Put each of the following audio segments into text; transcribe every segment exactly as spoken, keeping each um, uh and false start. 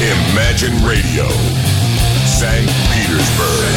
Imagine Radio, Санкт Петербург.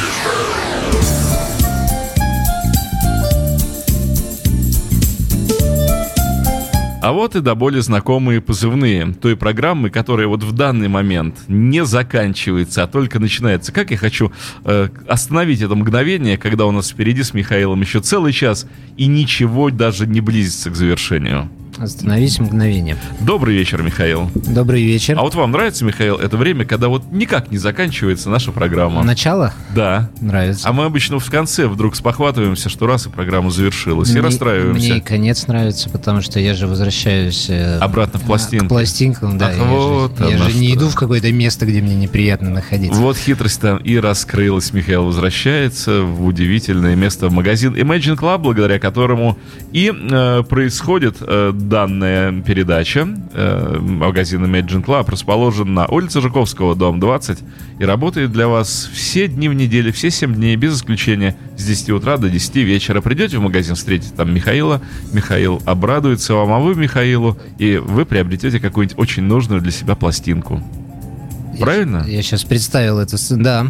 А вот и до боли знакомые позывные той программы, которая вот в данный момент не заканчивается, а только начинается. Как я хочу э, остановить это мгновение, когда у нас впереди с Михаилом еще целый час, и ничего даже не близится к завершению. Остановись мгновение. Добрый вечер, Михаил. Добрый вечер. А вот вам нравится, Михаил, это время, когда вот никак не заканчивается наша программа? Начало? Да. Нравится. А мы обычно в конце вдруг спохватываемся, что раз и программа завершилась, мне, и расстраиваемся. Мне и конец нравится, потому что я же возвращаюсь... Обратно в пластинку. К пластинкам, да. Ах, я вот же, я же не что. иду в какое-то место, где мне неприятно находиться. Вот хитрость там и раскрылась. Михаил возвращается в удивительное место, в магазин Imagine Club, благодаря которому и э, происходит э, данная передача. Э, магазин Imagine Club расположен на улице Жуковского, дом двадцать, и работает для вас все дни в неделю, все семь дней, без исключения, с десяти утра до десяти вечера. Придете в магазин, встретите там Михаила, Михаил обрадуется вам, а вы Михаилу, и вы приобретете какую-нибудь очень нужную для себя пластинку. Я Правильно? Я сейчас представил эту сцену. Да.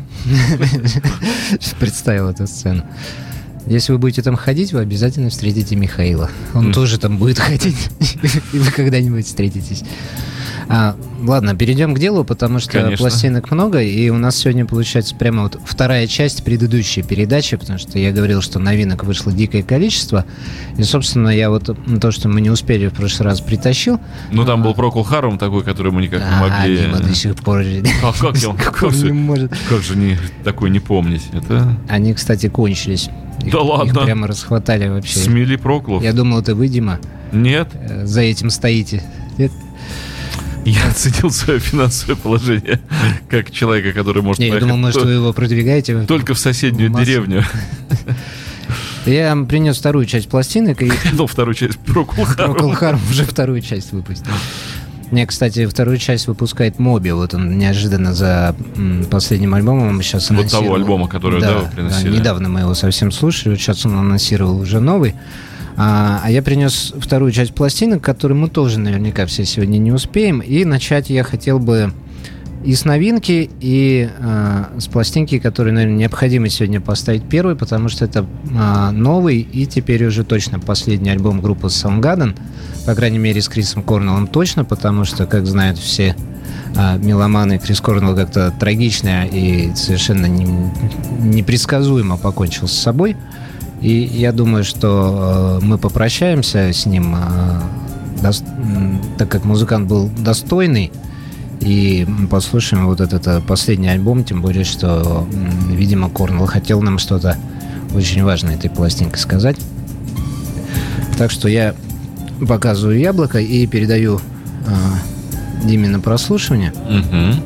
Представил эту сцену. Если вы будете там ходить, вы обязательно встретите Михаила. Он mm. тоже там будет ходить, и вы когда-нибудь встретитесь. А, ладно, перейдем к делу, потому что Конечно. пластинок много, и у нас сегодня получается прямо вот вторая часть предыдущей передачи, потому что я говорил, что новинок вышло дикое количество, и, собственно, я вот то, что мы не успели в прошлый раз, притащил. Ну, там был Procol Harum такой, который мы никак не могли... А, Дима до сих пор... А как, я, как, не может. Как же не, такой не помнить? Это... Они, кстати, кончились. Их, да ладно? Их прямо расхватали вообще. Смели Проклов? Я думал, это вы, Дима. Нет. За этим стоите. Нет? Я оценил свое финансовое положение как человека, который может... Не, я думал, может, вы его продвигаете. Только в соседнюю массу. деревню. Я принес вторую часть пластинок. И... Ну, вторую часть Procol Harum. Procol Harum уже вторую часть выпустил. Не, кстати, вторую часть выпускает Моби. Вот он неожиданно за м, последним альбомом сейчас вот анонсировал. Вот того альбома, который, да, да, вы приносили. Да, недавно мы его совсем слушали. Вот сейчас он анонсировал уже новый. А, а я принес вторую часть пластинок, которую мы тоже наверняка все сегодня не успеем. И начать я хотел бы и с новинки, и а, с пластинки, которую, наверное, необходимо сегодня поставить первой, потому что это а, новый и теперь уже точно последний альбом группы Soundgarden. По крайней мере, с Крисом Корнеллом точно, потому что, как знают все а, меломаны, Крис Корнелл как-то трагично и совершенно не, непредсказуемо покончил с собой. И я думаю, что э, мы попрощаемся с ним, э, до, так как музыкант был достойный, и послушаем вот этот э, последний альбом, тем более, что, э, видимо, Корнелл хотел нам что-то очень важное этой пластинкой сказать. Так что я показываю яблоко и передаю э, Диме на прослушивание. Угу.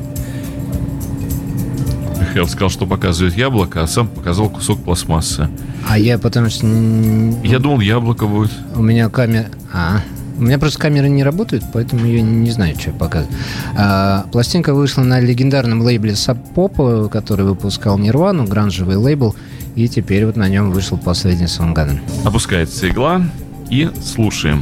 Михаил сказал, что показывает яблоко, а сам показал кусок пластмассы. А я потому что... Я думал, яблоко будет. У меня камера... А, у меня просто камера не работает, поэтому я не знаю, что я показываю. А, пластинка вышла на легендарном лейбле Sub Pop, который выпускал Нирвану, гранжевый лейбл, и теперь вот на нем вышел последний Soundgarden. Опускается игла и слушаем.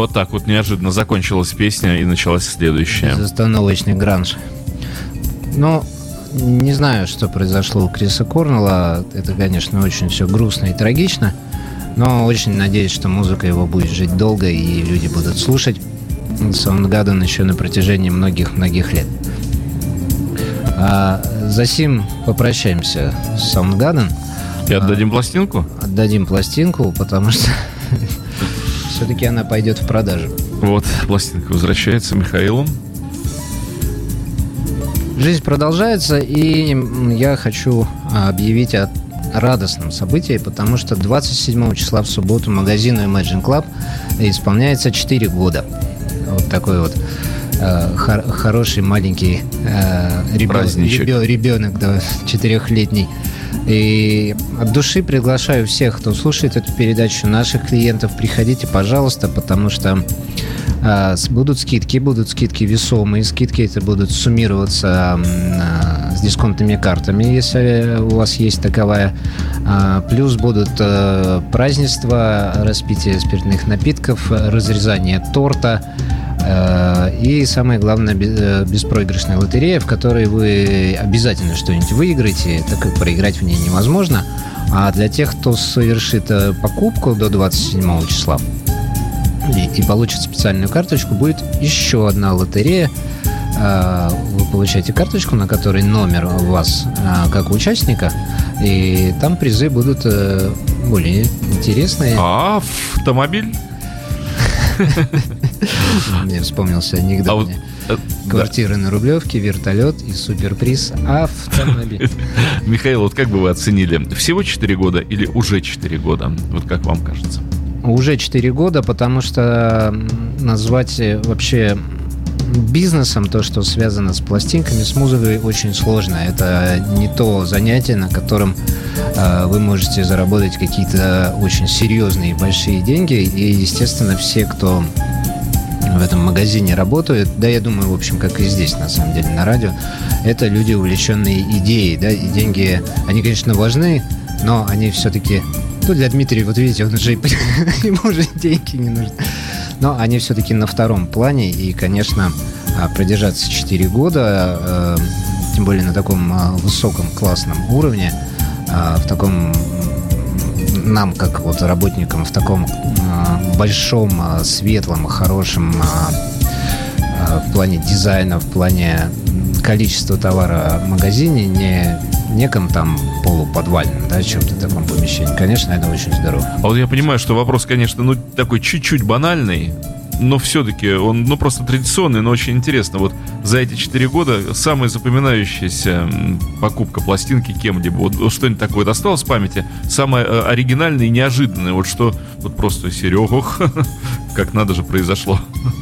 Вот так вот неожиданно закончилась песня и началась следующая. Безостановочный гранж. Ну, не знаю, что произошло у Криса Корнелла. Это, конечно, очень все грустно и трагично. Но очень надеюсь, что музыка его будет жить долго, и люди будут слушать Soundgarden еще на протяжении многих-многих лет. А засим попрощаемся с Soundgarden. И отдадим пластинку? Отдадим пластинку, потому что все-таки она пойдет в продажу. Вот, пластинка возвращается Михаилом. Жизнь продолжается, и я хочу объявить о радостном событии, потому что двадцать седьмого числа в субботу магазину Imagine Club исполняется четыре года. Вот такой вот э, хор- хороший маленький э, ребенок, ребенок да, четырехлетний. И от души приглашаю всех, кто слушает эту передачу, наших клиентов, приходите, пожалуйста, потому что э, будут скидки, будут скидки весомые, скидки это будут суммироваться э, с дисконтными картами, если у вас есть таковая. Э, плюс будут э, празднества, распитие спиртных напитков, разрезание торта. И самое главное, беспроигрышная лотерея, в которой вы обязательно что-нибудь выиграете, так как проиграть в ней невозможно. А для тех, кто совершит покупку до двадцать седьмого числа и, и получит специальную карточку, будет еще одна лотерея. Вы получаете карточку, на которой номер у вас как у участника, и там призы будут более интересные. А автомобиль? Мне вспомнился анекдот. А вот, э, Квартира да. на Рублевке, вертолет и суперприз автомобиль. Михаил, вот как бы вы оценили, всего четыре года или уже четыре года? Вот как вам кажется? Уже четыре года, потому что назвать вообще бизнесом то, что связано с пластинками, с музыкой, очень сложно. Это не то занятие, на котором э, вы можете заработать какие-то очень серьезные большие деньги. И, естественно, все, кто в этом магазине работают, да, я думаю, в общем, как и здесь, на самом деле, на радио, это люди, увлеченные идеей, да, и деньги, они, конечно, важны, но они все-таки, ну, для Дмитрия, вот видите, он уже, ему уже деньги не нужны. Но они все-таки на втором плане, и, конечно, продержаться четыре года, тем более на таком высоком классном уровне, в таком, нам, как вот работникам, в таком большом, светлом, хорошем в плане дизайна, в плане количества товара в магазине, не неком там полуподвальном, да, чем-то таком помещении. Конечно, это очень здорово. А вот я понимаю, что вопрос, конечно, ну, такой чуть-чуть банальный, но все-таки он, ну, просто традиционный, но очень интересно. Вот за эти четыре года самая запоминающаяся покупка пластинки кем-либо, вот что-нибудь такое осталось в памяти, самое оригинальное и неожиданное, вот что, вот просто Серега, как надо же произошло.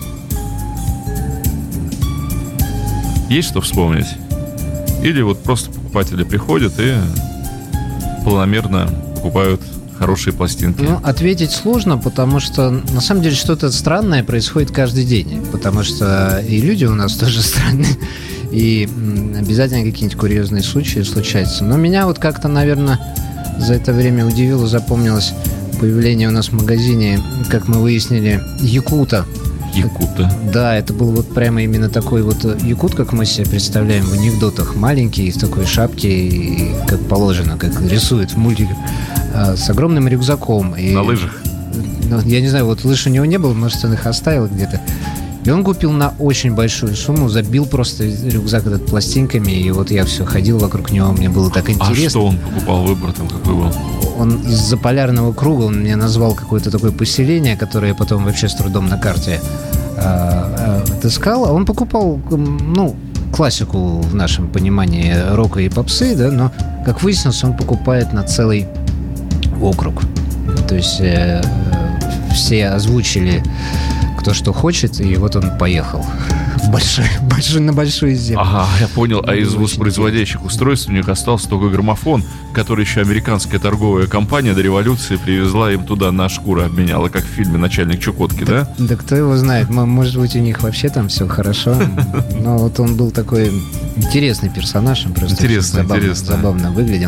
Есть что вспомнить? Или вот просто покупатели приходят и планомерно покупают хорошие пластинки? Ну, ответить сложно, потому что на самом деле что-то странное происходит каждый день. Потому что и люди у нас тоже странные, и обязательно какие-нибудь курьезные случаи случаются. Но меня вот как-то, наверное, за это время удивило, запомнилось появление у нас в магазине, как мы выяснили, якута. Якута. Да, это был вот прямо именно такой вот якут, как мы себе представляем в анекдотах. Маленький, в такой шапке, как положено, как рисуют в мультике, с огромным рюкзаком. И, на лыжах? Ну, я не знаю, вот лыж у него не было, может, он их оставил где-то. И он купил на очень большую сумму, забил просто рюкзак этот пластинками, и вот я все ходил вокруг него, мне было так интересно. А что он покупал, выбор там какой был? Он из-за полярного круга, он мне назвал какое-то такое поселение, которое я потом вообще с трудом на карте э, э, отыскал. А он покупал, ну, классику в нашем понимании рока и попсы, да, но, как выяснилось, он покупает на целый округ. То есть э, все озвучили, кто что хочет, и вот он поехал в большой, большой, на большую землю. Ага, я понял. А из воспроизводящих устройств у них остался только граммофон, который еще американская торговая компания до революции привезла им туда, на шкуру обменяла, как в фильме «Начальник Чукотки», да? Да, да кто его знает, может быть, у них вообще там все хорошо. Но вот он был такой интересный персонаж, он просто интересно, забавно, интересно. забавно выглядел.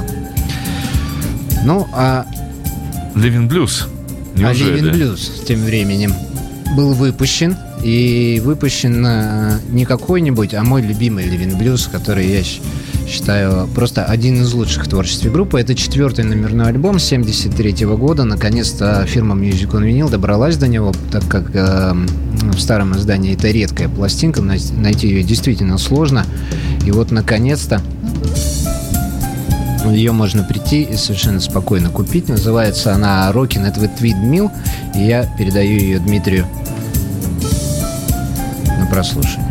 Ну, а... Living Blues. Неужели? А Living Blues тем временем был выпущен. И выпущен э, не какой-нибудь, а мой любимый Living Blues, который я считаю просто один из лучших в творчестве группы. Это четвертый номерной альбом семьдесят третьего года. Наконец-то фирма Music on Vinyl добралась до него, так как э, в старом издании это редкая пластинка, найти ее действительно сложно. И вот наконец-то ее можно прийти и совершенно спокойно купить. Называется она Rockin' at the Tweed Mill. И я передаю ее Дмитрию на прослушивание.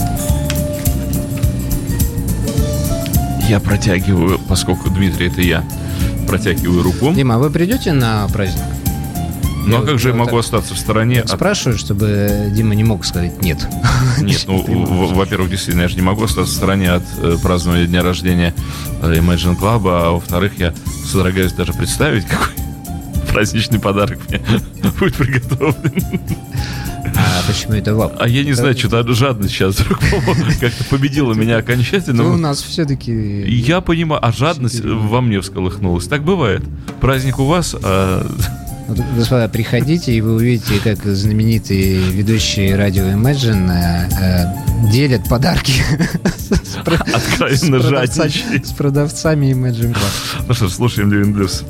Я протягиваю, поскольку Дмитрий это я, протягиваю руку. Дима, а вы придете на праздник? Ну, я а как же я могу остаться в стороне? От... Спрашиваю, чтобы Дима не мог сказать нет. Нет, ну, во-первых, действительно, я же не могу остаться в стороне от э, празднования дня рождения Imagine Club, а во-вторых, я содрогаюсь даже представить, какой праздничный подарок мне будет приготовлен. А почему это вам? А я не знаю, что-то жадность сейчас как-то победила меня окончательно. У нас все-таки... Я понимаю, а жадность во мне всколыхнулась. Так бывает. Праздник у вас, а... Господа, приходите, и вы увидите, как знаменитые ведущие радио Imagine э, делят подарки откровенно жадничают с продавцами Imagine Club. Ну что ж, слушаем Living Blues.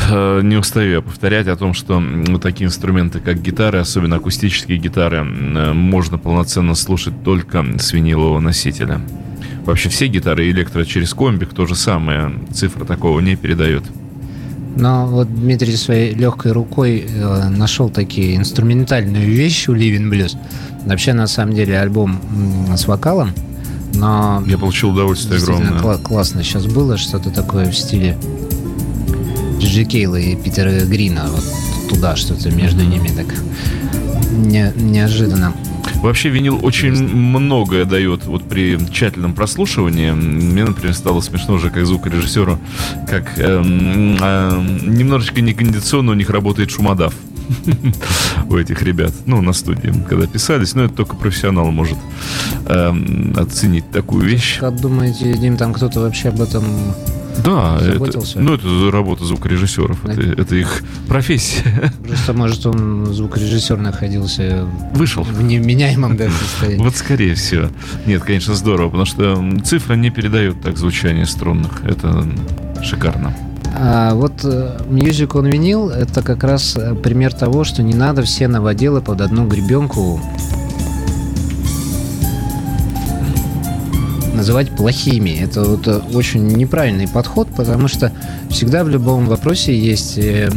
Не устаю я повторять о том, что вот такие инструменты, как гитары, особенно акустические гитары, можно полноценно слушать только с винилового носителя. Вообще все гитары электро через комбик то же самое, цифра такого не передает. Но вот Дмитрий своей легкой рукой э, нашел такие инструментальные вещи у Living Blues. Вообще, на самом деле, альбом м, с вокалом, но... Я получил удовольствие огромное. Кла- классно сейчас было, что-то такое в стиле Джи Кейла и Питера Грина. Вот туда что-то между ними так не, неожиданно. Вообще винил очень многое дает вот при тщательном прослушивании. Мне, например, стало смешно уже как звукорежиссеру, как э, э, немножечко некондиционно у них работает шумодав у этих ребят. Ну, на студии, когда писались. Но это только профессионал может э, оценить такую вещь. Как думаете, Дим, там кто-то вообще об этом... Да, это, ну это работа звукорежиссеров, да. это, это их профессия. Просто, может, он, звукорежиссер, находился Вышел. в невменяемом да, состоянии. Вот скорее всего. Нет, конечно, здорово, потому что цифра не передает так звучание струнных. Это шикарно. А вот Music on Vinyl — это как раз пример того, что не надо все новоделы под одну гребенку называть плохими. Это вот очень неправильный подход, потому что всегда в любом вопросе есть э,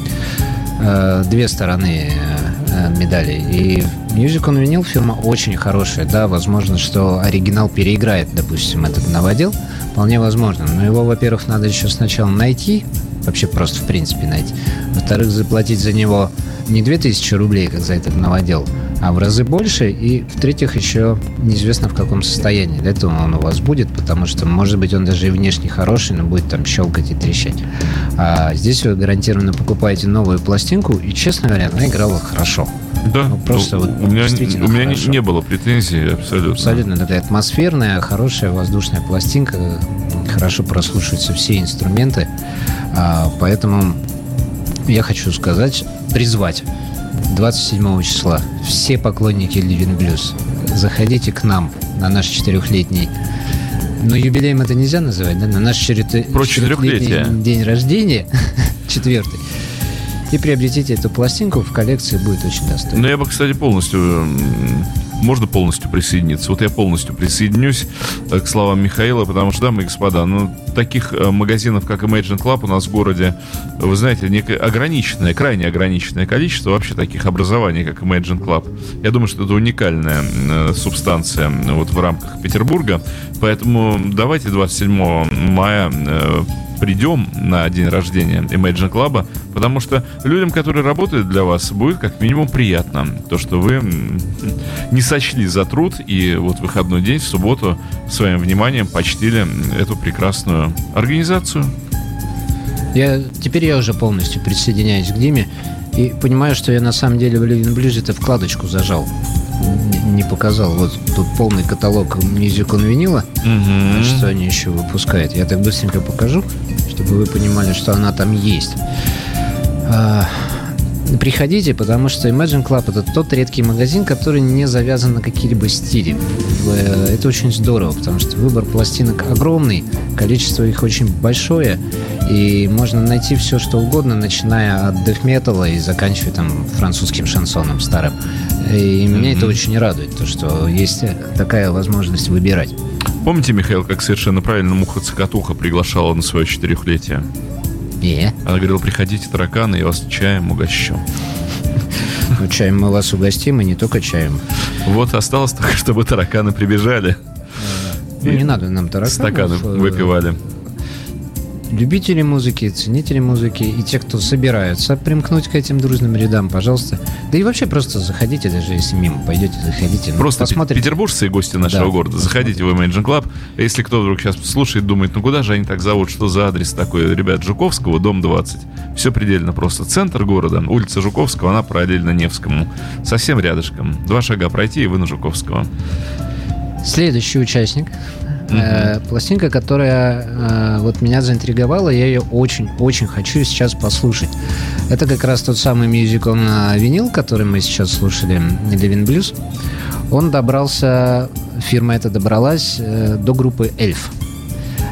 э, две стороны э, медали. И Music on Vinyl фирма очень хорошая. Да, возможно, что оригинал переиграет, допустим, этот новодел. Вполне возможно. Но его, во-первых, надо еще сначала найти. Вообще просто, в принципе, найти. Во-вторых, заплатить за него не две тысячи рублей, как за этот новодел, а в разы больше. И, в-третьих, еще неизвестно, в каком состоянии для этого он у вас будет, потому что, может быть, он даже и внешне хороший, но будет там щелкать и трещать. А здесь вы гарантированно покупаете новую пластинку, и, честно говоря, она играла хорошо. Да, ну, просто ну, вот у меня, действительно у меня не, хорошо. не было претензий абсолютно. Абсолютно такая атмосферная, хорошая воздушная пластинка, хорошо прослушиваются все инструменты, а, поэтому я хочу сказать, призвать двадцать седьмого числа все поклонники Living Blues, заходите к нам на наш четырехлетний, ну юбилеем это нельзя называть, да, на наш четырехлетний день рождения, четвертый. И приобретите эту пластинку, в коллекции будет очень достойно. Ну, я бы, кстати, полностью... Можно полностью присоединиться. Вот я полностью присоединюсь к словам Михаила, потому что, дамы и господа, ну, таких магазинов, как Imagine Club у нас в городе, вы знаете, некое ограниченное, крайне ограниченное количество вообще таких образований, как Imagine Club. Я думаю, что это уникальная э, субстанция вот в рамках Петербурга. Поэтому давайте двадцать седьмого мая э, придем на день рождения Imagine Club, потому что людям, которые работают для вас, будет как минимум приятно то, что вы не сочли за труд и вот в выходной день, в субботу, своим вниманием почтили эту прекрасную организацию. Я, теперь я уже полностью присоединяюсь к Диме и понимаю, что я на самом деле в Living Blues это вкладочку зажал. Не показал. Вот тут полный каталог Music on Vinyl, mm-hmm. что они еще выпускают. Я так быстренько покажу, чтобы вы понимали, что она там есть. А, приходите, потому что Imagine Club — это тот редкий магазин, который не завязан на какие-либо стили. Это очень здорово, потому что выбор пластинок огромный, количество их очень большое, и можно найти все, что угодно, начиная от дэф-металла и заканчивая там французским шансоном старым. И меня mm-hmm. это очень радует, то, что есть такая возможность выбирать. Помните, Михаил, как совершенно правильно Муха-Цокотуха приглашала на свое четырехлетие? Yeah. Она говорила: приходите, тараканы, я вас чаем угощу. Ну, чаем мы вас угостим, и не только чаем. Вот осталось только, чтобы тараканы прибежали. Ну, не надо нам тараканов. Стаканы выпивали. Любители музыки, ценители музыки и те, кто собираются примкнуть к этим дружным рядам, пожалуйста. Да и вообще просто заходите, даже если мимо пойдете, заходите. Просто посмотрите. Петербуржцы и гости нашего да, города. Заходите в Imagine Club. Если кто вдруг сейчас слушает, думает, ну куда же они так зовут, что за адрес такой? Ребят, Жуковского, дом двадцать. Все предельно просто. Центр города, улица Жуковского, она параллельно Невскому. Совсем рядышком. Два шага пройти, и вы на Жуковского. Следующий участник. Uh-huh. Пластинка, которая э, вот меня заинтриговала, я ее очень-очень хочу сейчас послушать. Это как раз тот самый Music on Vinyl, который мы сейчас слушали, Living Blues. Он добрался, фирма эта добралась э, до группы Эльф.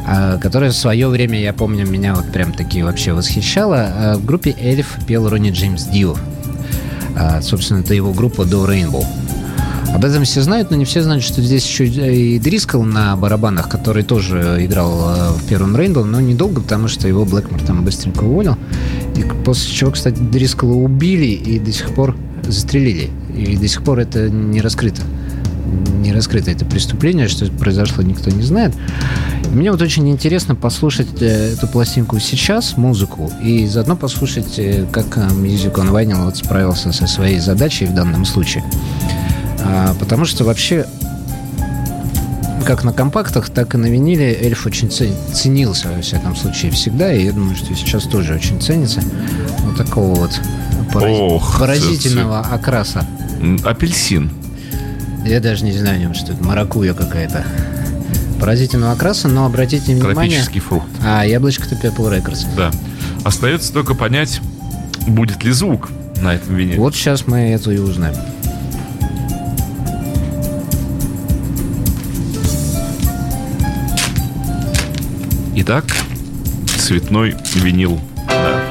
которая в свое время, я помню, меня вот прям таки вообще восхищала. В группе Эльф пел Ронни Джеймс Дио. Собственно, это его группа Do Rainbow. Об этом все знают, но не все знают, что здесь еще и Дрискл на барабанах, который тоже играл в первом Rainbow, но недолго, потому что его Блэкмор там быстренько уволил. И после чего, кстати, Дрискла убили и до сих пор застрелили. И до сих пор это не раскрыто. Не раскрыто это преступление, что произошло, никто не знает. И мне вот очень интересно послушать эту пластинку сейчас, музыку, и заодно послушать, как Music on Vinyl вот справился со своей задачей в данном случае. А, потому что вообще, как на компактах, так и на виниле Эльф очень ценился, во всяком случае, всегда. И я думаю, что сейчас тоже очень ценится. Вот такого вот пораз... Ох, поразительного ц... окраса. Апельсин. Я даже не знаю о нем, что это. Маракуйя какая-то. Поразительного окраса, но обратите внимание... Тропический фрукт. А яблочко-то Purple Records. Да. Остается только понять, будет ли звук на этом виниле. Вот сейчас мы это и узнаем. Итак, цветной винил. Да.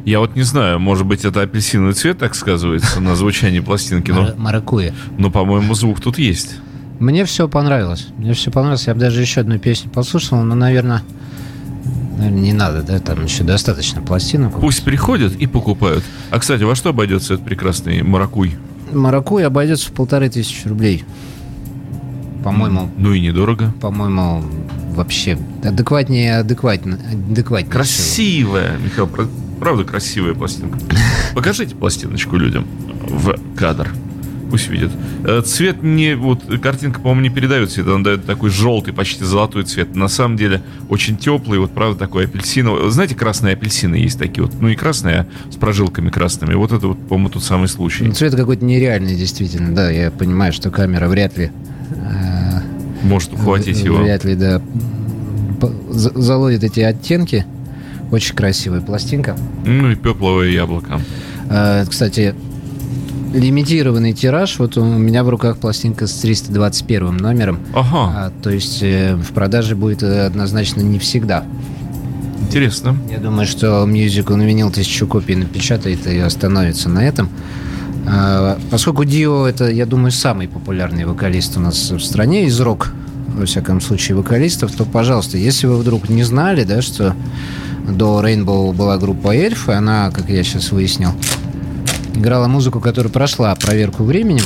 Я вот не знаю, может быть, это апельсиновый цвет так сказывается на звучании пластинки, но, Мар- Маракуйя. но, по-моему, звук тут есть. Мне все понравилось. Мне все понравилось. Я бы даже еще одну песню послушал, но, наверное, наверное, не надо, да, там еще достаточно пластинок. Пусть приходят и покупают. А, кстати, во что обойдется этот прекрасный маракуй? Маракуйя обойдется в полторы тысячи рублей. По-моему, Ну и недорого. по-моему, вообще адекватнее, адекватно, адекватнее. Красивая, Михаил, пра- правда красивая пластинка. Покажите пластиночку людям в кадр. Пусть видят. Э, Цвет не... Вот картинка, по-моему, не передает цвет. Она дает такой желтый, почти золотой цвет. На самом деле очень теплый. Вот, правда, такой апельсиновый. Знаете, красные апельсины есть такие вот. Ну, не красные, а с прожилками красными. Вот это вот, по-моему, тот самый случай. Ну, цвет какой-то нереальный, действительно. Да, я понимаю, что камера вряд ли... э, Может ухватить его. Вряд ли, да. П- за- Заловит эти оттенки. Очень красивая пластинка. Ну и пепловое яблоко. Э, Кстати, лимитированный тираж. Вот у меня в руках пластинка с триста двадцать первым номером. Ага, А, то есть э, в продаже будет э, однозначно не всегда. интересно. Я думаю, что Music on винил тысячу копий напечатает и остановится на этом. А, поскольку Дио — это, я думаю, самый популярный вокалист у нас в стране из рок, во всяком случае, вокалистов, то, пожалуйста, если вы вдруг не знали, да, что до Rainbow была группа Эльф, и она, как я сейчас выяснил, играла музыку, которая прошла проверку временем,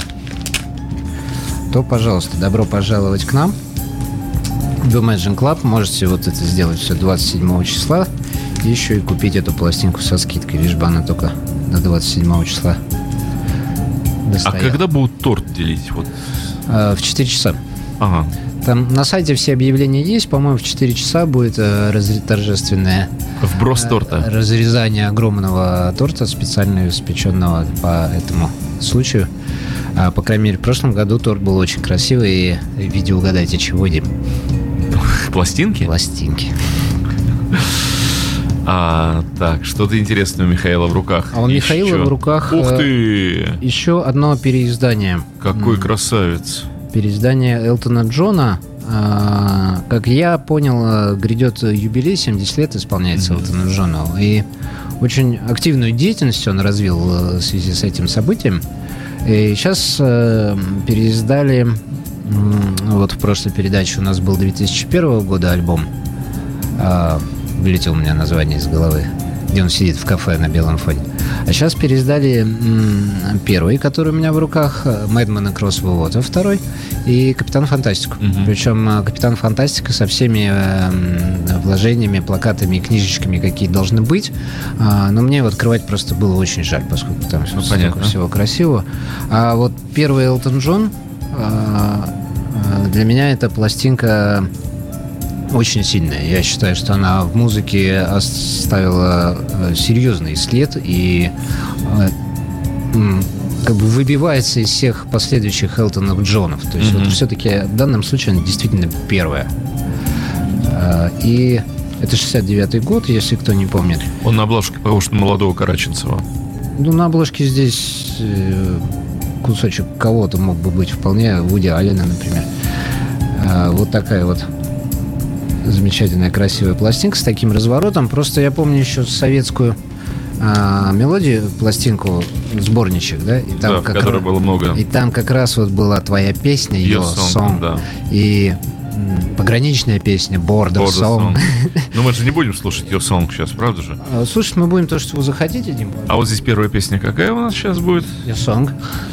то, пожалуйста, добро пожаловать к нам в Imagine Club. Можете вот это сделать все двадцать седьмого числа и еще и купить эту пластинку со скидкой, лишь бы она только до двадцать седьмого числа А достояла. когда будут торт делить? Вот. А, в четыре часа. Ага. Там на сайте все объявления есть. По-моему, в четыре часа будет э, разре- торжественное Вброс э, торта. разрезание огромного торта, специально испеченного по этому случаю. А, по крайней мере, в прошлом году торт был очень красивый. И в виде, угадайте, чего, Дим? Пластинки? Пластинки. А, так, что-то интересное у Михаила в руках. А у Михаила Еще. в руках Ух э, ты! еще одно переиздание. Какой красавец. Переиздание Элтона Джона. А, как я понял, э, грядет юбилей, семьдесят лет исполняется Мгм. Элтону Джону. И очень активную деятельность он развил э, в связи с этим событием. И сейчас э, переиздали... м, Вот в прошлой передаче у нас был две тысячи первого года альбом. А, вылетело у меня название из головы, где он сидит в кафе на белом фоне. А сейчас переиздали м, первый, который у меня в руках, Madman Across the Water, второй, и Капитан Фантастику. Мгм. Причем э, Капитан Фантастика со всеми э, м, вложениями, плакатами и книжечками, какие должны быть. А, но мне его открывать просто было очень жаль, поскольку там Ну, столько понятно. всего красивого. А вот первый Элтон Джон, а, а, для меня эта пластинка очень сильная. Я считаю, что она в музыке оставила э, серьезный след и э, м, как бы выбивается из всех последующих Элтонов Джонов. То есть Мгм. вот все-таки в данном случае она действительно первая. Э, И это шестьдесят девятый год, если кто не помнит. Он на обложке похож на молодого Караченцева. Ну, на обложке здесь э, кусочек кого-то мог бы быть вполне, Вуди Аллена, например. А, вот такая вот замечательная, красивая пластинка с таким разворотом. Просто я помню еще советскую а, мелодию, пластинку, сборничек, да? И Да, в как которой ра- было много. И там как раз вот была твоя песня, Your Your Song, Song, да. и м, пограничная песня, Border, Border Song. Song. Ну мы же не будем слушать Your Song сейчас, правда же? А, Слушать мы будем то, что вы захотите, Дим. А вот здесь первая песня какая у нас сейчас будет? Your Song.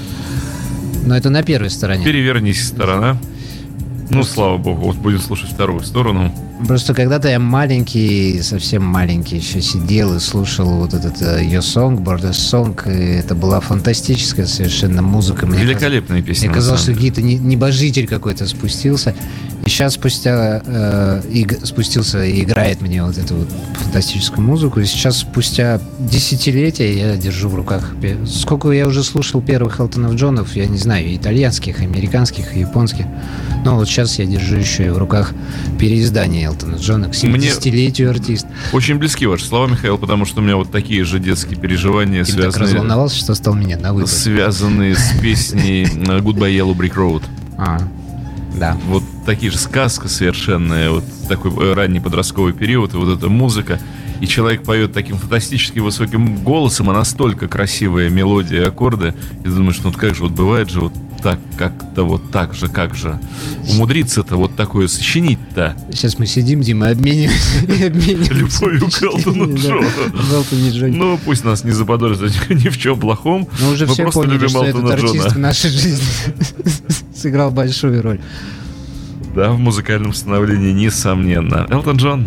Но это на первой стороне. Перевернись, сторона. Ну, слава богу, вот будем слушать вторую сторону. Просто когда-то я маленький, совсем маленький, еще сидел и слушал вот этот э, Your Song, Border Song, и это была фантастическая совершенно музыка. Мне Великолепная каз- песня. Мне на казалось, самом что какие-то не- небожитель какой-то спустился. И сейчас спустя э, иг- спустился и играет мне вот эту вот фантастическую музыку. И сейчас спустя десятилетия я держу в руках. пе- Сколько я уже слушал первых Элтонов Джонов, я не знаю, и итальянских, и американских, и японских. Но вот сейчас я держу еще и в руках переиздание Элтона Джона к семидесятилетию артиста. Очень близки ваши слова, Михаил, потому что у меня вот такие же детские переживания, Ты так связанные, разволновался, что стал меня на выбор. связанные с песней Goodbye Yellow Brick Road. А, да. Вот такие же сказка совершенная, вот такой э, ранний подростковый период, и вот эта музыка. и человек поет таким фантастически высоким голосом, а настолько красивые мелодии и аккорды, и думаешь, ну вот как же, вот бывает же вот так, как-то вот так же, как же умудриться-то вот такое сочинить-то. Сейчас мы сидим, Дима, обмениваемся. Любовью к Элтону Джону. Ну, пусть нас не заподозрят ни в чем плохом. Но уже все поняли, что этот артист в нашей жизни сыграл большую роль. Да, в музыкальном становлении, несомненно. Элтон Джон.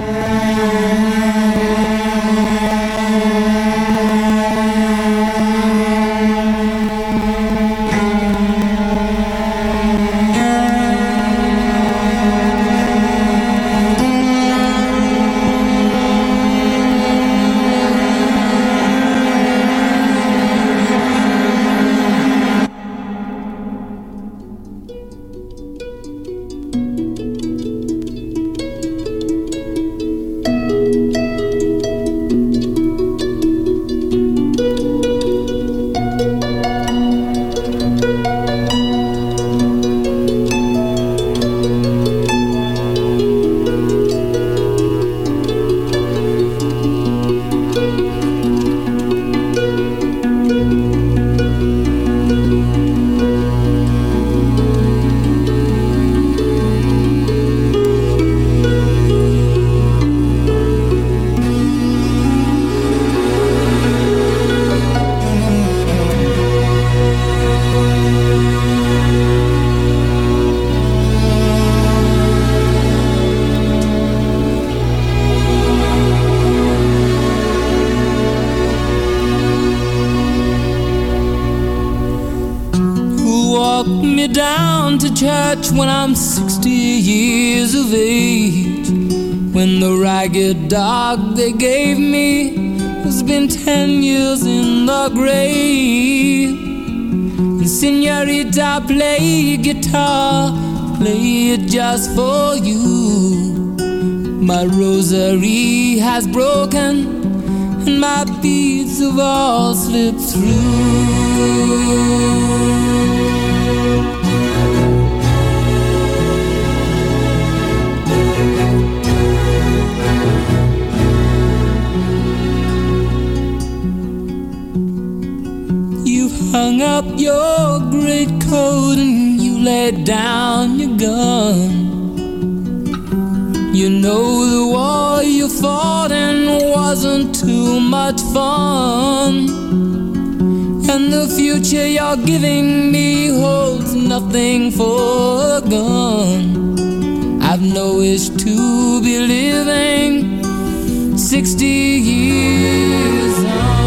Church when I'm sixty years of age, when the ragged dog they gave me has been ten years in the grave. And señorita, play guitar, play it just for you. My rosary has broken and my beads have all slipped through. Hung up your great coat and you laid down your gun. You know the war you fought in wasn't too much fun, and the future you're giving me holds nothing for a gun. I've no wish to be living sixty years on.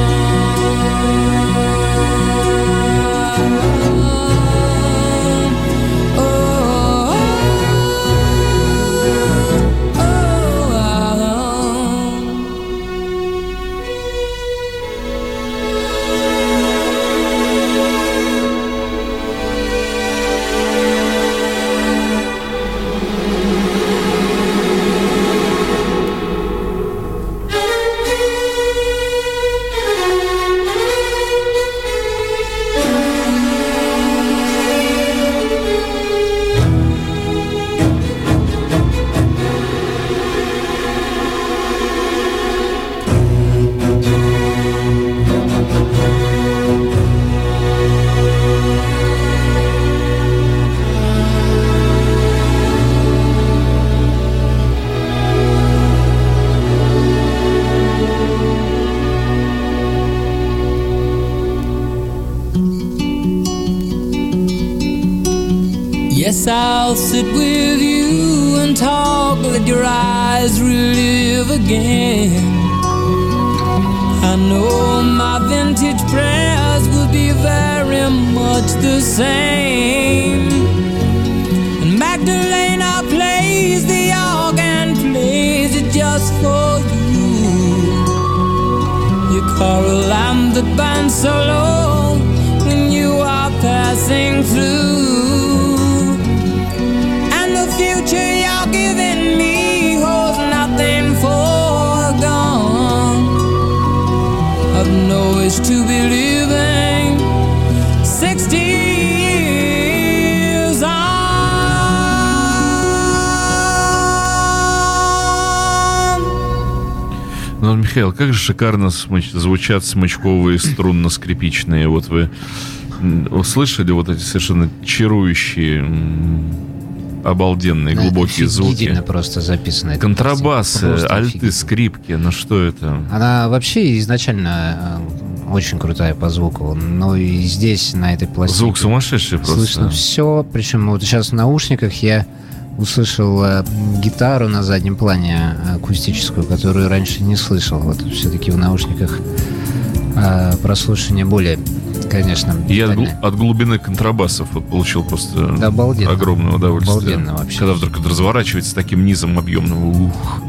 Yes, I'll sit with you and talk, let your eyes relive again. I know my vintage prayers will be very much the same. And Magdalena plays the organ, plays it just for you. You carol lamb that bands so low when you are passing through. Future you're giving me holds nothing foregone. I've no wish to be living sixty years on. Ну, Михаил, как же шикарно смыч- звучат смычковые струнно-скрипичные. Вот вы услышали вот эти совершенно чарующие, обалденные, глубокие звуки. Офигительно просто записано. Контрабасы, Просто альты, офигительно. скрипки. Ну что это? Она вообще изначально э, очень крутая по звуку, но и здесь, на этой пластинке, Звук сумасшедший просто. слышно все. Причем вот сейчас в наушниках я услышал э, гитару на заднем плане акустическую, которую раньше не слышал. Вот все-таки в наушниках э, прослушивание более, конечно, Я от, детальное. гл- от глубины контрабасов вот получил просто Да, обалденно. огромное удовольствие. Обалденно вообще. Когда вдруг это разворачивается таким низом объемным. Ух.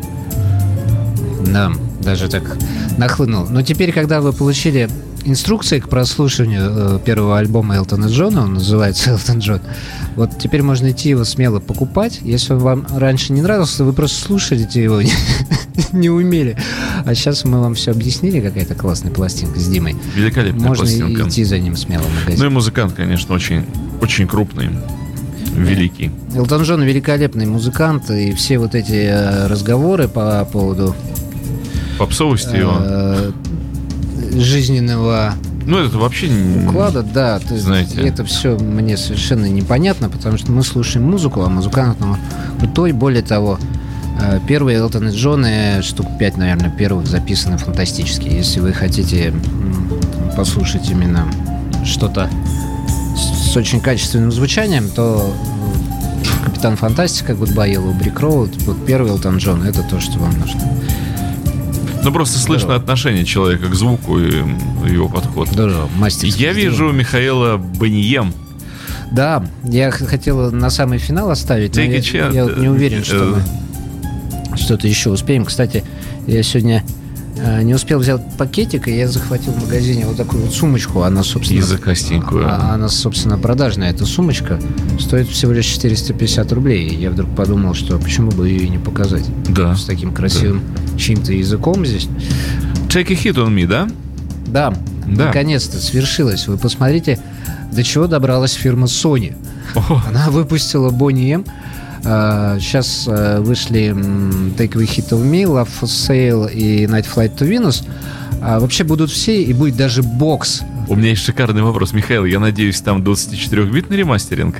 Да, даже так нахлынул. Но теперь, когда вы получили инструкции к прослушиванию э, первого альбома Элтона Джона, он называется Элтон Джон, вот теперь можно идти его смело покупать. Если он вам раньше не нравился, вы просто слушаете его, не, не умели. А сейчас мы вам все объяснили, какая-то классная пластинка с Димой. Великолепная Можно пластинка. идти за ним смело в магазин. Ну и музыкант, конечно, очень, очень крупный, великий. Элтон Джон великолепный музыкант, и все вот эти э, разговоры по поводу Попсовости его. э, жизненного Ну, это вообще... н- уклада, да, то есть Знаете. это все мне совершенно непонятно, потому что мы слушаем музыку, а музыкант ну, крутой. Более того, э, первые Элтоны Джоны, штук пять, наверное, первых записаны фантастически. Если вы хотите м, послушать именно что-то с, с очень качественным звучанием, то э, Капитан Фантастика, Goodbye Yellow Brick Road, вот первый Элтон Джон, это то, что вам нужно. Ну, просто слышно Здорово. отношение человека к звуку и его подход. Здорово, мастерски Я сделано. вижу Михаила Бонием. Да, я х- хотел на самый финал оставить, но Take a я, chance. я вот не уверен, что Э, мы что-то еще успеем. Кстати, я сегодня э, не успел взять пакетик, и я захватил в магазине вот такую вот сумочку. Она, собственно, Языкостенькую. а- она, собственно, продажная. Эта сумочка стоит всего лишь четыреста пятьдесят рублей. И я вдруг подумал, что почему бы ее и не показать. Да. С таким красивым чьим-то языком здесь. Take a hit on me, да? Да, Да. наконец-то свершилось. Вы посмотрите, до чего добралась фирма Sony. О, Она выпустила Boney M. Сейчас вышли м, Take a Hit of Me, Love for Sale и Night Flight to Venus. А вообще будут все, и будет даже бокс. у меня есть шикарный вопрос. Михаил, я надеюсь, там двадцатичетырёхбитный ремастеринг?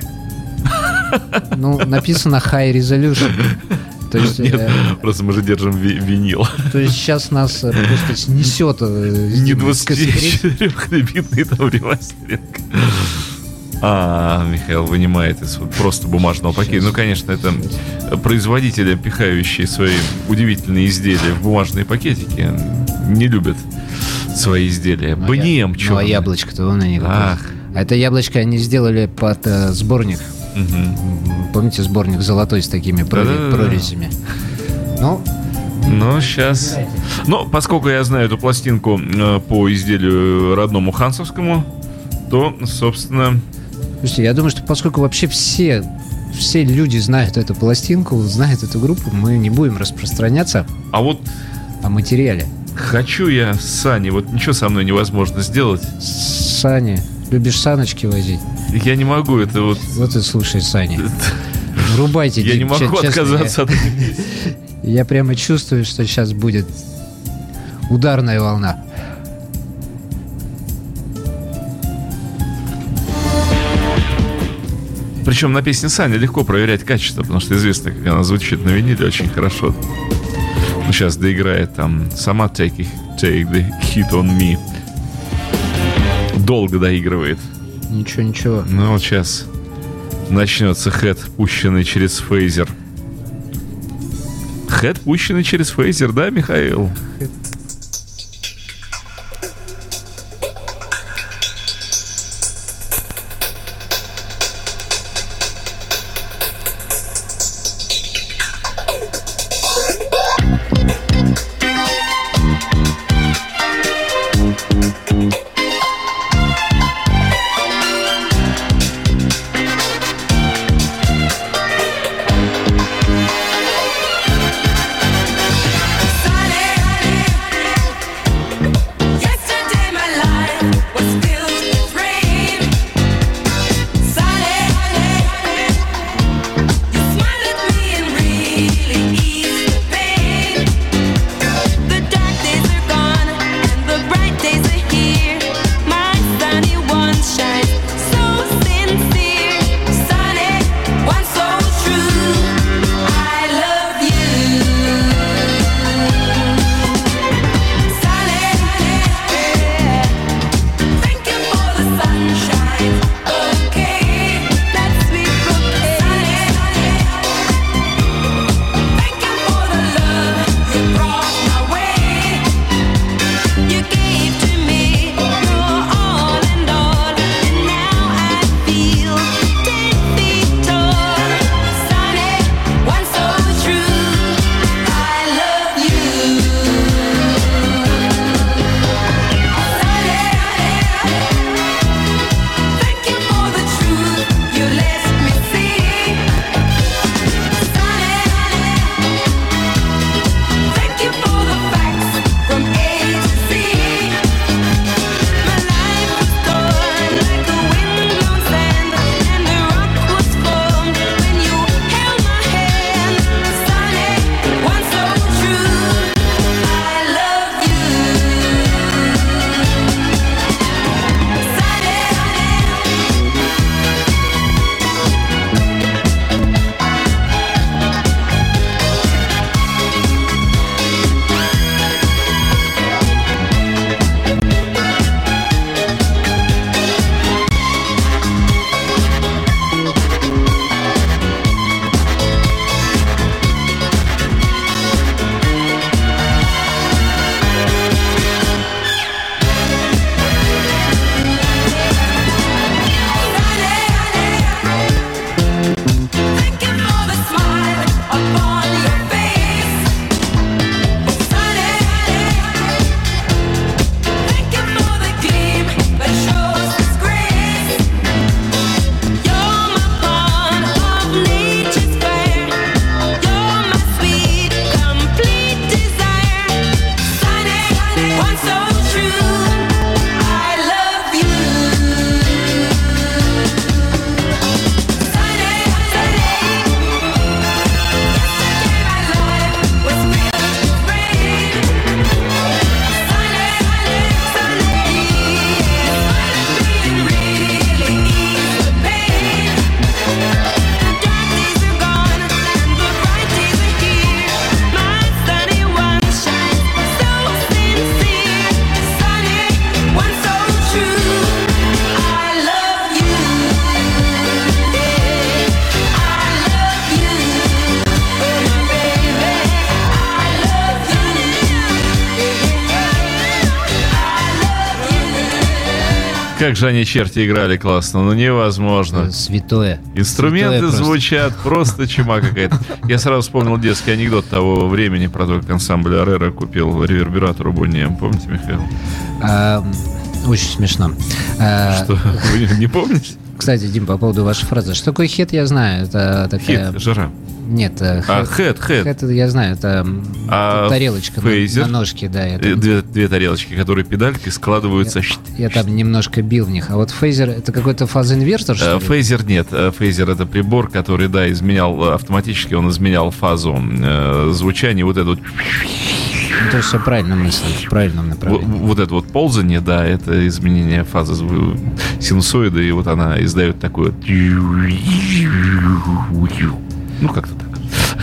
Ну, написано High Resolution. То есть, Нет, э, просто мы же держим ви- винил. то есть сейчас нас э, просто снесет. э, Не с- двадцатичетырёхбитный там ремастеринг. А, Михаил вынимает из вот просто бумажного пакета. Ну, конечно, это производители, пихающие свои удивительные изделия в бумажные пакетики, не любят свои изделия. Ну, а Бонием, я- чё? Ну, а яблочко-то вон они какое. Ах. А это яблочко они сделали под э, сборник. Мгм. М, Помните сборник золотой с такими прори- Да-да-да. прорезями? Ну, Ну, сейчас... Но поскольку я знаю эту пластинку э, по изделию родному хансовскому, то, собственно... слушайте, я думаю, что поскольку вообще все, все люди знают эту пластинку, знают эту группу, мы не будем распространяться А вот о материале. хочу я с Саней, вот ничего со мной невозможно сделать. Саня, любишь саночки возить? Я не могу, это вот... Вот и слушай, Саня. Врубайте, Я Дим, не могу че- честно, отказаться от... Я, я прямо чувствую, что сейчас будет ударная волна. Причем на песне Сани легко проверять качество, потому что известно, как она звучит на виниле очень хорошо. Ну, сейчас доиграет там сама Take, it- take the Hit on Me. Долго доигрывает. Ничего, ничего. Ну, вот сейчас начнется хэт, пущенный через фейзер. Хэт, пущенный через фейзер, да, Михаил? Sunny, Как же они, черти, играли классно, ну невозможно. Святое. Инструменты Святое просто. звучат просто чума какая-то. Я сразу вспомнил детский анекдот того времени про то, как ансамбль Арера купил ревербератор у Бонни Эм. Помните, Михаил? А, очень смешно. А, Что, вы не помните? Кстати, Дим, по поводу вашей фразы. Что такое хет, я знаю. Это такая... Хит, жара. Нет, А, хэт, хэт. хэт, я знаю, это А тарелочка фейзер? на, на ножке, да. Я Э, там, Две, две тарелочки, которые педалькой складываются. я там немножко бил в них. А вот фейзер, это какой-то фазоинвертор, что Э, ли? Фейзер нет. Э, Фейзер — это прибор, который, да, изменял э, автоматически, он изменял фазу э, звучания. Вот это вот, Ну, то есть все правильно мысль, в правильном вот, направлении. вот это вот ползание, да, это изменение фазы зву- синусоида, и вот она издает такой вот... Ну, как-то так.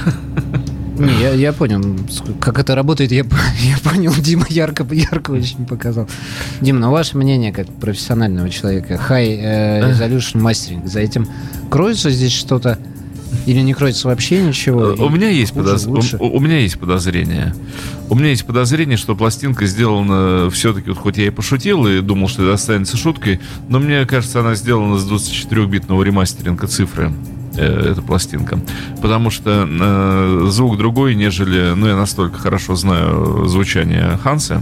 Не, я, я понял, как это работает, я, я понял, Дима ярко, ярко очень показал. Дим, ну ваше мнение как профессионального человека, High э, Resolution Mastering, за этим кроется здесь что-то или не кроется вообще ничего? У меня есть хуже, подоз... лучше? у, у меня есть подозрение. У меня есть подозрение, что пластинка сделана все-таки, вот хоть я и пошутил и думал, что это останется шуткой, но мне кажется, она сделана с двадцатичетырёхбитного ремастеринга цифры. Эта пластинка. Потому что э, звук другой, нежели... Ну, я настолько хорошо знаю звучание Ханса.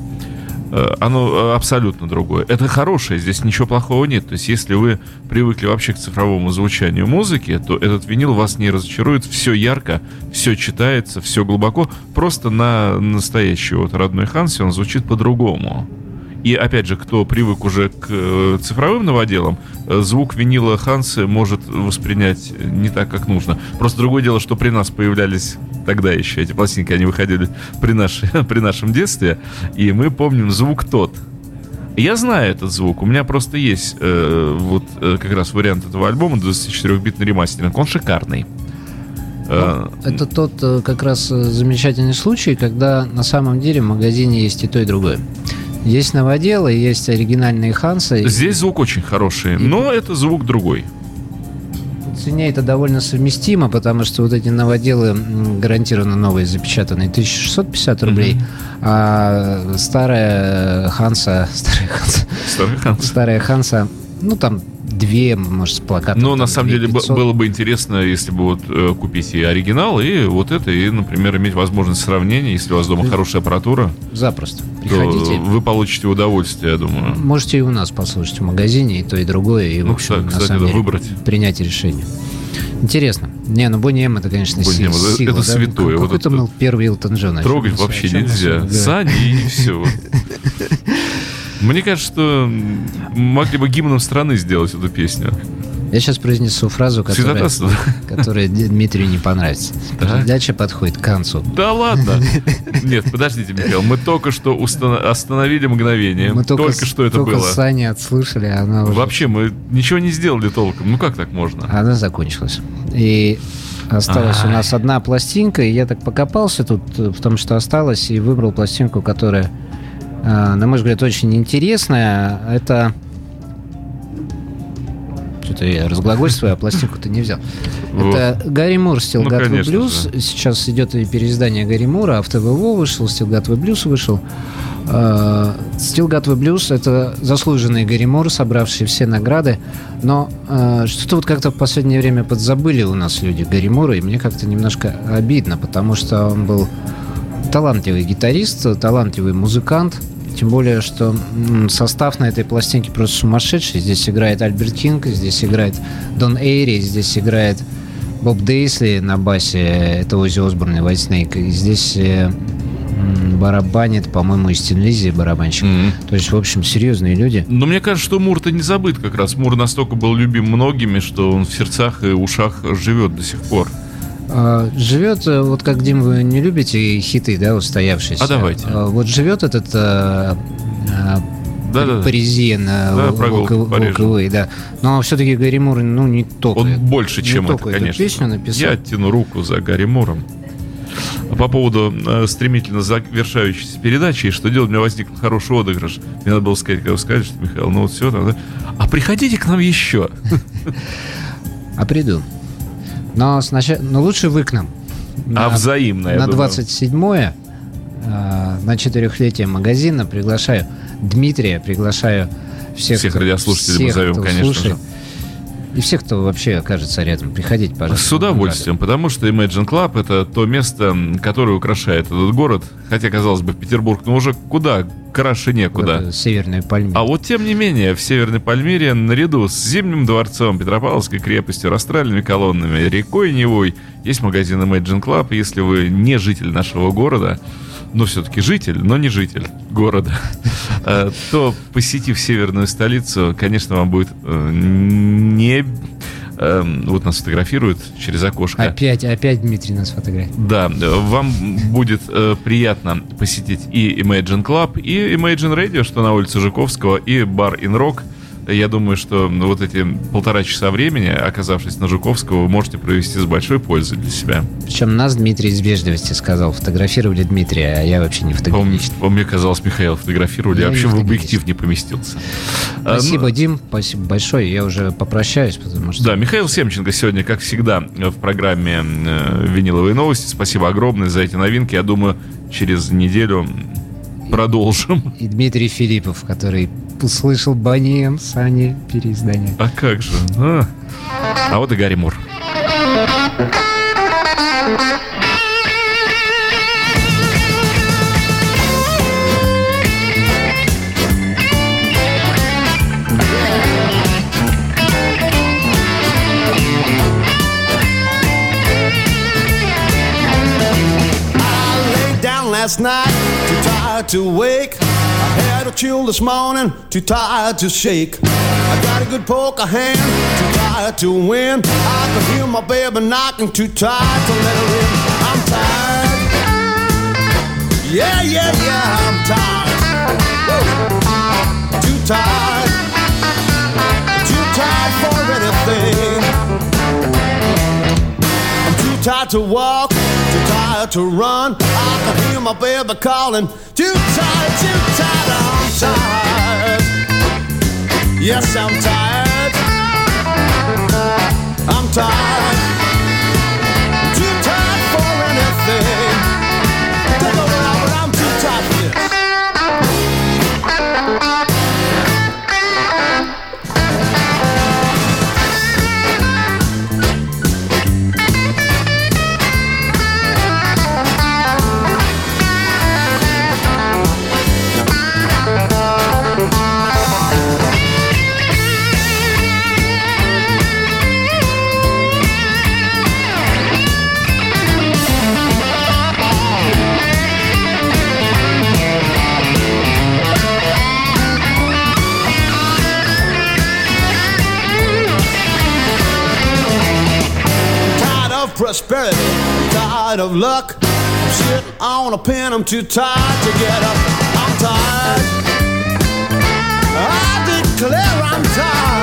Э, оно абсолютно другое. Это хорошее, здесь ничего плохого нет. То есть, если вы привыкли вообще к цифровому звучанию музыки, то этот винил вас не разочарует. Все ярко, все читается, все глубоко. Просто на настоящей вот родной Хансе он звучит по-другому. И, опять же, кто привык уже к э, цифровым новоделам, э, звук винила Хансы может воспринять не так, как нужно. Просто другое дело, что при нас появлялись тогда еще эти пластинки, они выходили при, нашей, при нашем детстве, и мы помним звук тот. Я знаю этот звук, у меня просто есть э, вот э, как раз вариант этого альбома, двадцатичетырёхбитный ремастеринг, он шикарный. Ну, это тот э, как раз э, замечательный случай, когда на самом деле в магазине есть и то, и другое. Есть новоделы, есть оригинальные Хансы. Здесь звук очень хороший, и... но это звук другой. В цене это довольно совместимо, потому что вот эти новоделы м, гарантированно новые, запечатанные, тысяча шестьсот пятьдесят рублей, mm-hmm. а старая Ханса, старая Ханса, старая Ханса, старая Ханса, ну там две, может, с плакатом. Ну, на самом деле, пятьсот. Было бы интересно, если бы вот э, купить и оригинал, и вот это, и, например, иметь возможность сравнения, если у вас дома хорошая аппаратура. Запросто. Приходите. Вы получите удовольствие, я думаю. Можете и у нас послушать в магазине, и то, и другое, и, ну, в общем, кстати, на самом деле, выбрать. принять решение. Интересно. Не, ну Бонни Эм это, конечно, Бонни Эм, сила. Это да? святое. Какой-то вот был первый Элтон Джон. Трогать вообще нельзя. Сани и все. Мне кажется, что могли бы гимном страны сделать эту песню. Я сейчас произнесу фразу, которая, которая Дмитрию не понравится. Передача подходит к концу. Да ладно. Нет, подождите, Михаил. Мы только что устан- остановили мгновение. Мы только, только что это только было. Только Сани отслушали, а она уже... Вообще, мы ничего не сделали толком. Ну как так можно? Она закончилась. И осталась А-а-а. у нас одна пластинка, и я так покопался тут в том, что осталось, и выбрал пластинку, которая, на мой взгляд, очень интересная. Это... Что-то я разглагольствую, а пластинку-то не взял. Вот. Это Гарри Мур, Still Got the Blues. Же. Сейчас идет и переиздание Гарри Мура, After the War вышел, Still Got the Blues вышел. Uh, Still Got the Blues — это заслуженный Гарри Мур, собравший все награды. Но uh, что-то вот как-то в последнее время подзабыли у нас люди Гарри Мура, и мне как-то немножко обидно, потому что он был талантливый гитарист, талантливый музыкант. Тем более, что состав на этой пластинке просто сумасшедший. Здесь играет Альберт Кинг, здесь играет Дон Эйри, здесь играет Боб Дейсли на басе, это Оззи Осборн и White Snake. И здесь э, барабанит, по-моему, и Стин Лизи, барабанщик. Mm-hmm. То есть, в общем, серьезные люди. Но мне кажется, что Мур-то не забыт как раз. Мур настолько был любим многими, что он в сердцах и ушах живет до сих пор. Живет, вот как, Дим, вы не любите хиты, да, устоявшиеся. А давайте. Вот живет этот а, да, паризиен, да, волковый, да. Но все-таки Гарри Мур, ну, не только. Он больше, не чем только это, конечно. Песню написал. Я тяну руку за Гарри Муром. По поводу э, стремительно завершающейся передачи, что делать, у меня возник хороший отыгрыш. Мне надо было сказать, когда вы скажете, что, Михаил, ну вот все, да, а приходите к нам еще. А приду. Но сначала, но лучше вы к нам. А на, взаимно, я На думаю. двадцать седьмое, э, на четырехлетие магазина приглашаю Дмитрия, приглашаю всех, всех кто, радиослушателей всех, мы зовем, кто конечно слушает. же. И всех, кто вообще окажется рядом. Приходите, пожалуйста. С удовольствием, потому что Imagine Club — это то место, которое украшает этот город. Хотя, казалось бы, Петербург, ну уже куда? Краше некуда. Вот, Северную Пальмиру. А вот тем не менее, в Северной Пальмире, наряду с Зимним дворцом, Петропавловской крепостью, Растральными колоннами, рекой Невой, есть магазин Imagine Club. Если вы не житель нашего города, но все-таки житель, но не житель города, то, посетив северную столицу, конечно, вам будет не... Вот нас фотографируют через окошко. Опять, опять Дмитрий нас фотографирует. Да, вам будет приятно посетить и Imagine Club, и Imagine Radio, что на улице Жуковского, и бар In Rock. Я думаю, что вот эти полтора часа времени, оказавшись на Жуковского, вы можете провести с большой пользой для себя. Причем нас Дмитрий из вежливости сказал, фотографировали Дмитрия, а я вообще не фотографировал. По мне казалось, Михаила фотографировали, я, я вообще в объектив не поместился. Спасибо, а, ну... Дим, спасибо большое, я уже попрощаюсь, потому что... Да, Михаил Семченко сегодня, как всегда, в программе «Виниловые новости». Спасибо огромное за эти новинки. Я думаю, через неделю продолжим. И Дмитрий Филиппов, который услышал Boney эм, Sunny переиздание. А как же? А, а вот и Гарри Мур. Last night, too tired to wake. I had a chill this morning, too tired to shake. I got a good poker hand, too tired to win. I could hear my baby knocking, too tired to let her in. I'm tired. Yeah, yeah, yeah, I'm tired. Woo. Too tired. Too tired for anything. I'm too tired to walk, too tired to run. I can hear my baby calling. Too tired, too tired, I'm tired. Yes, I'm tired. I'm tired. Too tired for anything. Take over now, but I'm too tired for this. Prosperity, I'm tired of luck. I'm sitting on a pen, I'm too tired to get up. I'm tired. I declare I'm tired.